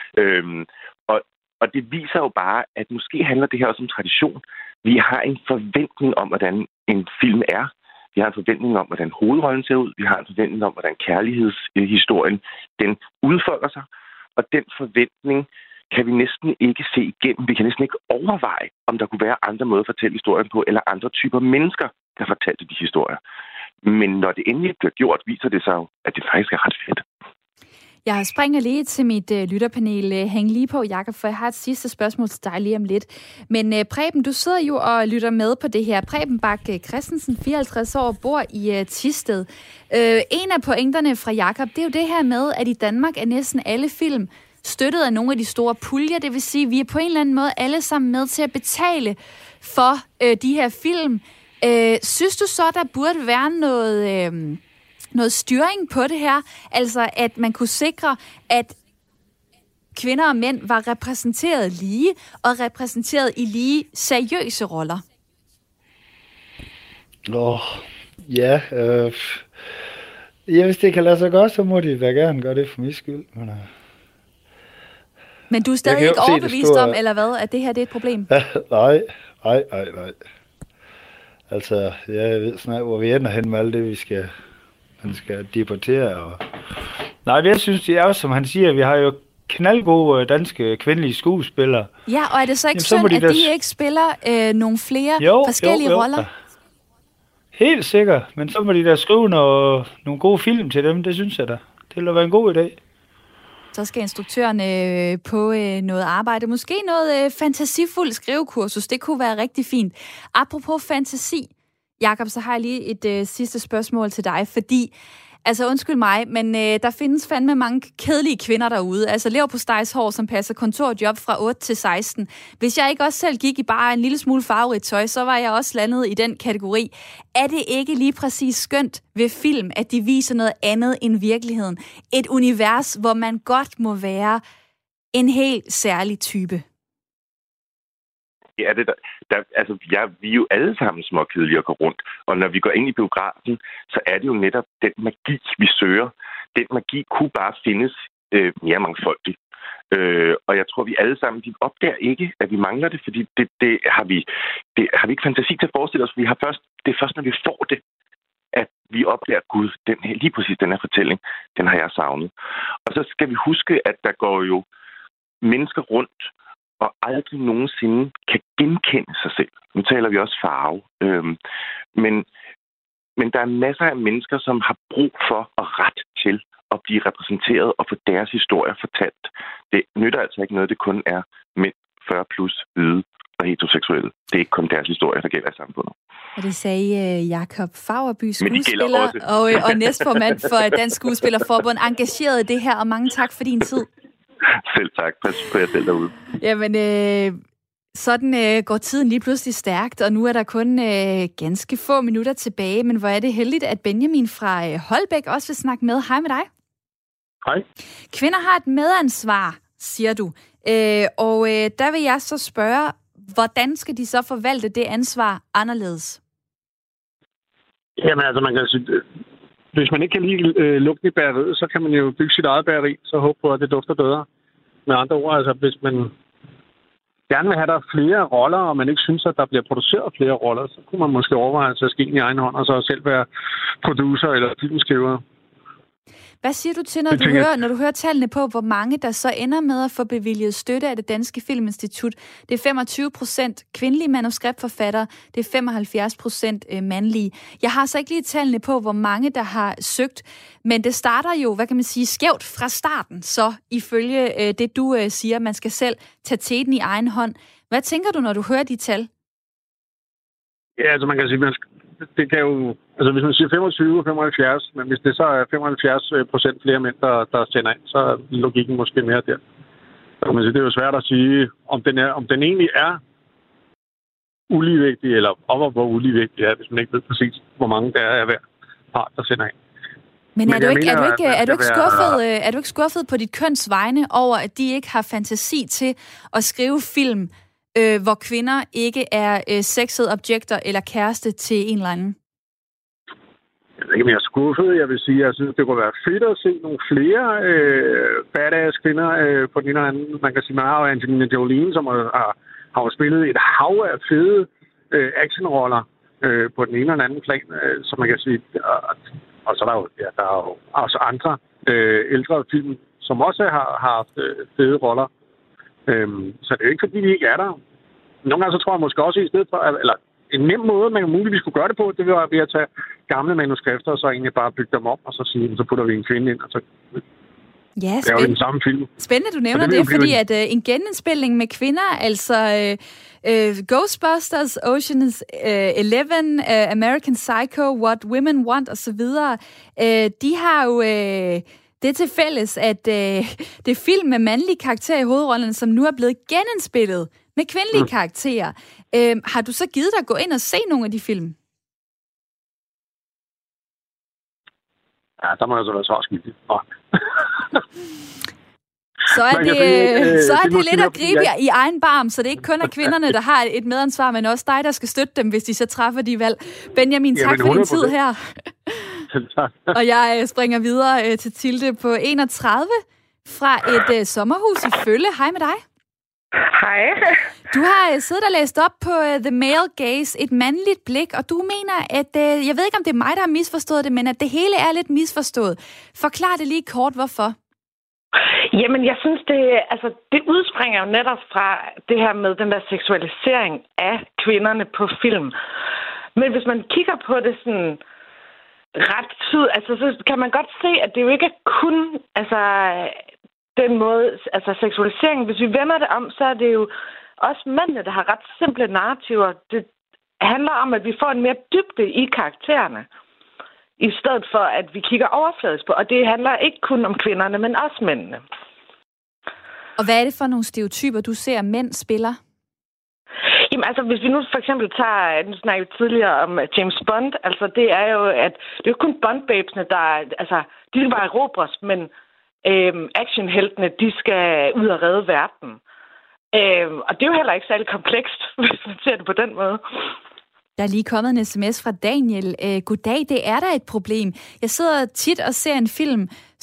Og det viser jo bare, at måske handler det her også om tradition. Vi har en forventning om, hvordan en film er. Vi har en forventning om, hvordan hovedrollen ser ud. Vi har en forventning om, hvordan kærlighedshistorien den udfolder sig. Og den forventning kan vi næsten ikke se igennem. Vi kan næsten ikke overveje, om der kunne være andre måder at fortælle historien på, eller andre typer mennesker, der fortalte de historier. Men når det endelig bliver gjort, viser det sig jo, at det faktisk er ret fedt. Jeg springer lige til mit lytterpanel. Hæng lige på, Jakob, for jeg har et sidste spørgsmål til dig lige om lidt. Men Preben, du sidder jo og lytter med på det her. Preben Bak Christensen, 54 år, bor i Thisted. En af pointerne fra Jakob, det er jo det her med, at i Danmark er næsten alle film støttet af nogle af de store puljer. Det vil sige, at vi er på en eller anden måde alle sammen med til at betale for de her film. Synes du så, der burde være noget styring på det her? Altså, at man kunne sikre, at kvinder og mænd var repræsenteret lige, og repræsenteret i lige seriøse roller? Ja, hvis det kan lade sig gøre, så må de da gerne gøre det for min skyld. Men du er stadig ikke overbevist om, eller hvad, at det her det er et problem? Nej. Altså, jeg ved snart, hvor vi ender hen med alt det, man skal deportere. Nej, det jeg synes, det er også, som han siger, vi har jo knaldgode danske kvindelige skuespillere. Ja, og er det så ikke synd, at de ikke spiller nogle flere forskellige roller? Helt sikkert, men så må de da skrive nogle gode film til dem, det synes jeg da. Det vil da være en god idé. Så skal instruktøren på noget arbejde. Måske noget fantasifuldt skrivekursus. Det kunne være rigtig fint. Apropos fantasi, Jakob, så har jeg lige et sidste spørgsmål til dig, fordi, altså undskyld mig, men der findes fandme mange kedelige kvinder derude. Altså leverpostejshår, som passer kontorjob fra 8 til 16. Hvis jeg ikke også selv gik i bare en lille smule farverigt tøj, så var jeg også landet i den kategori. Er det ikke lige præcis skønt ved film, at de viser noget andet end virkeligheden? Et univers, hvor man godt må være en helt særlig type. Ja, vi er jo alle sammen småkedelige at gå rundt. Og når vi går ind i biografen, så er det jo netop den magi, vi søger. Den magi kunne bare findes mere mangfoldigt. Og jeg tror, vi alle sammen, de opdager ikke, at vi mangler det, fordi det har vi ikke fantasi til at forestille os. Det er først, når vi får det, at vi opdager, Gud, lige præcis den her fortælling, den har jeg savnet. Og så skal vi huske, at der går jo mennesker rundt, og aldrig nogensinde kan genkende sig selv. Nu taler vi også farve. Men der er masser af mennesker, som har brug for og ret til at blive repræsenteret og få deres historier fortalt. Det nytter altså ikke noget, det kun er mænd 40 plus hvide og heteroseksuelle. Det er ikke kun deres historie, der gælder i samfundet. Og det sagde Jakob Fagerby, skuespiller og næstformand for Dansk Skuespillerforbund, engageret i det her, og mange tak for din tid. Selv tak. Pas på jer selv derude. Jamen, sådan går tiden lige pludselig stærkt, og nu er der kun ganske få minutter tilbage, men hvor er det heldigt, at Benjamin fra Holbæk også vil snakke med. Hej med dig. Hej. Kvinder har et medansvar, siger du. Og der vil jeg så spørge, hvordan skal de så forvalte det ansvar anderledes? Jamen altså, man kan sige, hvis man ikke kan lide lugten i bageriet, så kan man jo bygge sit eget bageri, så håbe på, at det dufter bedre. Med andre ord, altså hvis man gerne vil have der flere roller, og man ikke synes, at der bliver produceret flere roller, så kunne man måske overveje at tage skeen i egen hånd, og så selv være producer eller filmskriver. Hvad siger du til, når du hører tallene på, hvor mange der så ender med at få bevilget støtte af det Danske Filminstitut? Det er 25% kvindelige manuskriptforfattere, det er 75% mandlige. Jeg har så ikke lige tallene på, hvor mange der har søgt, men det starter jo, hvad kan man sige, skævt fra starten, så ifølge det du siger, man skal selv tage teten i egen hånd. Hvad tænker du, når du hører de tal? Ja, altså man kan sige, det kan jo, altså hvis man siger 25 og 75, men hvis det så er 75% flere mænd, der sender ind, så er logikken måske mere der. Så kan man sige, det er jo svært at sige, om den egentlig er uligevægtig, eller hvor uligevægtig er, hvis man ikke ved præcis, hvor mange der er af hver part, der sender ind. Men er du ikke skuffet på dit køns vegne over, at de ikke har fantasi til at skrive film, hvor kvinder ikke er sexede objekter eller kæreste til en eller anden? Jeg ved ikke, om jeg er skuffet. Jeg vil sige, at jeg synes, det kunne være fedt at se nogle flere badass kvinder på den ene eller anden. Man kan sige, man har jo Angelina Jolie, som har spillet et hav af fede actionroller på den ene eller anden plan, som man kan sige. Og så er der er jo også andre ældre film, som også har haft fede roller. Så det er jo ikke, fordi de ikke er der. Nogle gange så tror jeg måske også i stedet for, eller en nem måde, man muligvis kunne gøre det på, det vil være ved at tage gamle manuskrifter, og så egentlig bare bygge dem om, og så putter vi en kvinde ind, og så laver vi den samme film. Spændende, du nævner det, fordi at en genindspilning med kvinder, altså Ghostbusters, Ocean's 11, American Psycho, What Women Want osv., de har jo det til fælles, at det er film med mandlige karakterer i hovedrollerne, som nu er blevet genindspillet med kvindelige karakterer. Har du så givet dig at gå ind og se nogle af de film? Ja, der må jeg så være så skyldig. Så er det lidt at gribe i egen barm, så det ikke kun er kvinderne, der har et medansvar, men også dig, der skal støtte dem, hvis de så træffer de valg. Benjamin, tak for din tid her. Og jeg springer videre til Tilde på 31 fra et sommerhus i Følle. Hej med dig. Hej. Du har siddet og læst op på The Male Gaze, et mandligt blik, og du mener, at jeg ved ikke, om det er mig, der har misforstået det, men at det hele er lidt misforstået. Forklar det lige kort, hvorfor. Jamen, jeg synes, det udspringer jo netop fra det her med den der seksualisering af kvinderne på film. Men hvis man kigger på det sådan ret tid, altså så kan man godt se, at det jo ikke er kun den måde, altså seksualisering, hvis vi vender det om, så er det jo også mændene, der har ret simple narrativer. Det handler om, at vi får en mere dybde i karaktererne, i stedet for, at vi kigger overfladisk på. Og det handler ikke kun om kvinderne, men også mændene. Og hvad er det for nogle stereotyper, du ser, mænd spiller? Jamen altså, hvis vi nu for eksempel tager, nu snakkede vi tidligere om James Bond, altså det er jo, at det er jo kun Bond-babesene, der, altså, de skal bare erobres, men actionheltene, de skal ud og redde verden. Og det er jo heller ikke særlig komplekst, hvis man ser det på den måde. Der er lige kommet en sms fra Daniel. Goddag, det er der et problem. Jeg sidder tit og ser en film,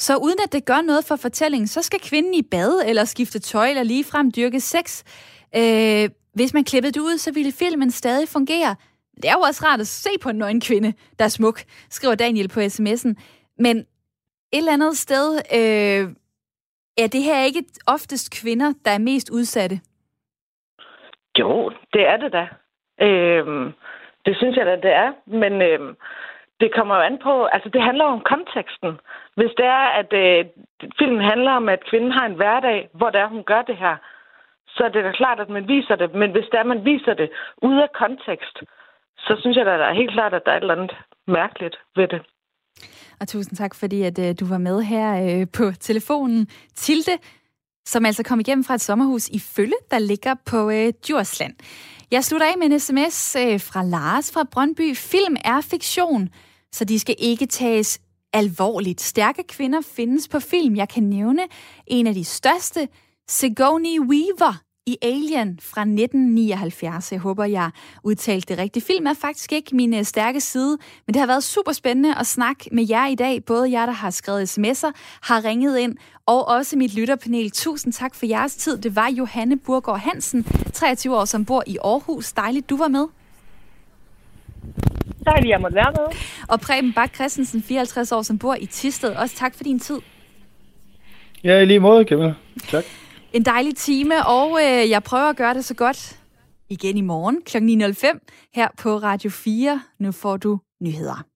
Så uden at det gør noget for fortællingen, så skal kvinden i bad eller skifte tøj eller ligefrem dyrke sex. Hvis man klippede det ud, så ville filmen stadig fungere. Det er jo også rart at se på en nøgen kvinde, der er smuk, skriver Daniel på sms'en. Men et eller andet sted er det her ikke oftest kvinder, der er mest udsatte? Jo, det er det da. Det synes jeg da, det er. Men det kommer jo an på, altså det handler jo om konteksten. Hvis det er, at filmen handler om, at kvinden har en hverdag, hvor det er, hun gør det her, så er det da klart, at man viser det. Men hvis det er, man viser det ude af kontekst, så synes jeg da, der er helt klart, at der er et eller andet mærkeligt ved det. Og tusind tak, fordi at du var med her på telefonen. Tilde, som altså kom igennem fra et sommerhus i Følle, der ligger på Djursland. Jeg slutter af med en sms fra Lars fra Brøndby. Film er fiktion, så de skal ikke tages alvorligt. Stærke kvinder findes på film. Jeg kan nævne en af de største, Sigourney Weaver i Alien fra 1979. Jeg håber, jeg udtalte det rigtigt. Film er faktisk ikke min stærke side, men det har været super spændende at snakke med jer i dag. Både jer, der har skrevet sms'er, har ringet ind, og også mit lytterpanel. Tusind tak for jeres tid. Det var Johanne Burgård Hansen, 23 år, som bor i Aarhus. Dejligt, du var med. Dejligt, jeg måtte være med. Og Preben Bak Christensen, 54 år, som bor i Thisted. Også tak for din tid. Ja, i lige måde, Camilla. Tak. En dejlig time, og jeg prøver at gøre det så godt igen i morgen kl. 9.05 her på Radio 4. Nu får du nyheder.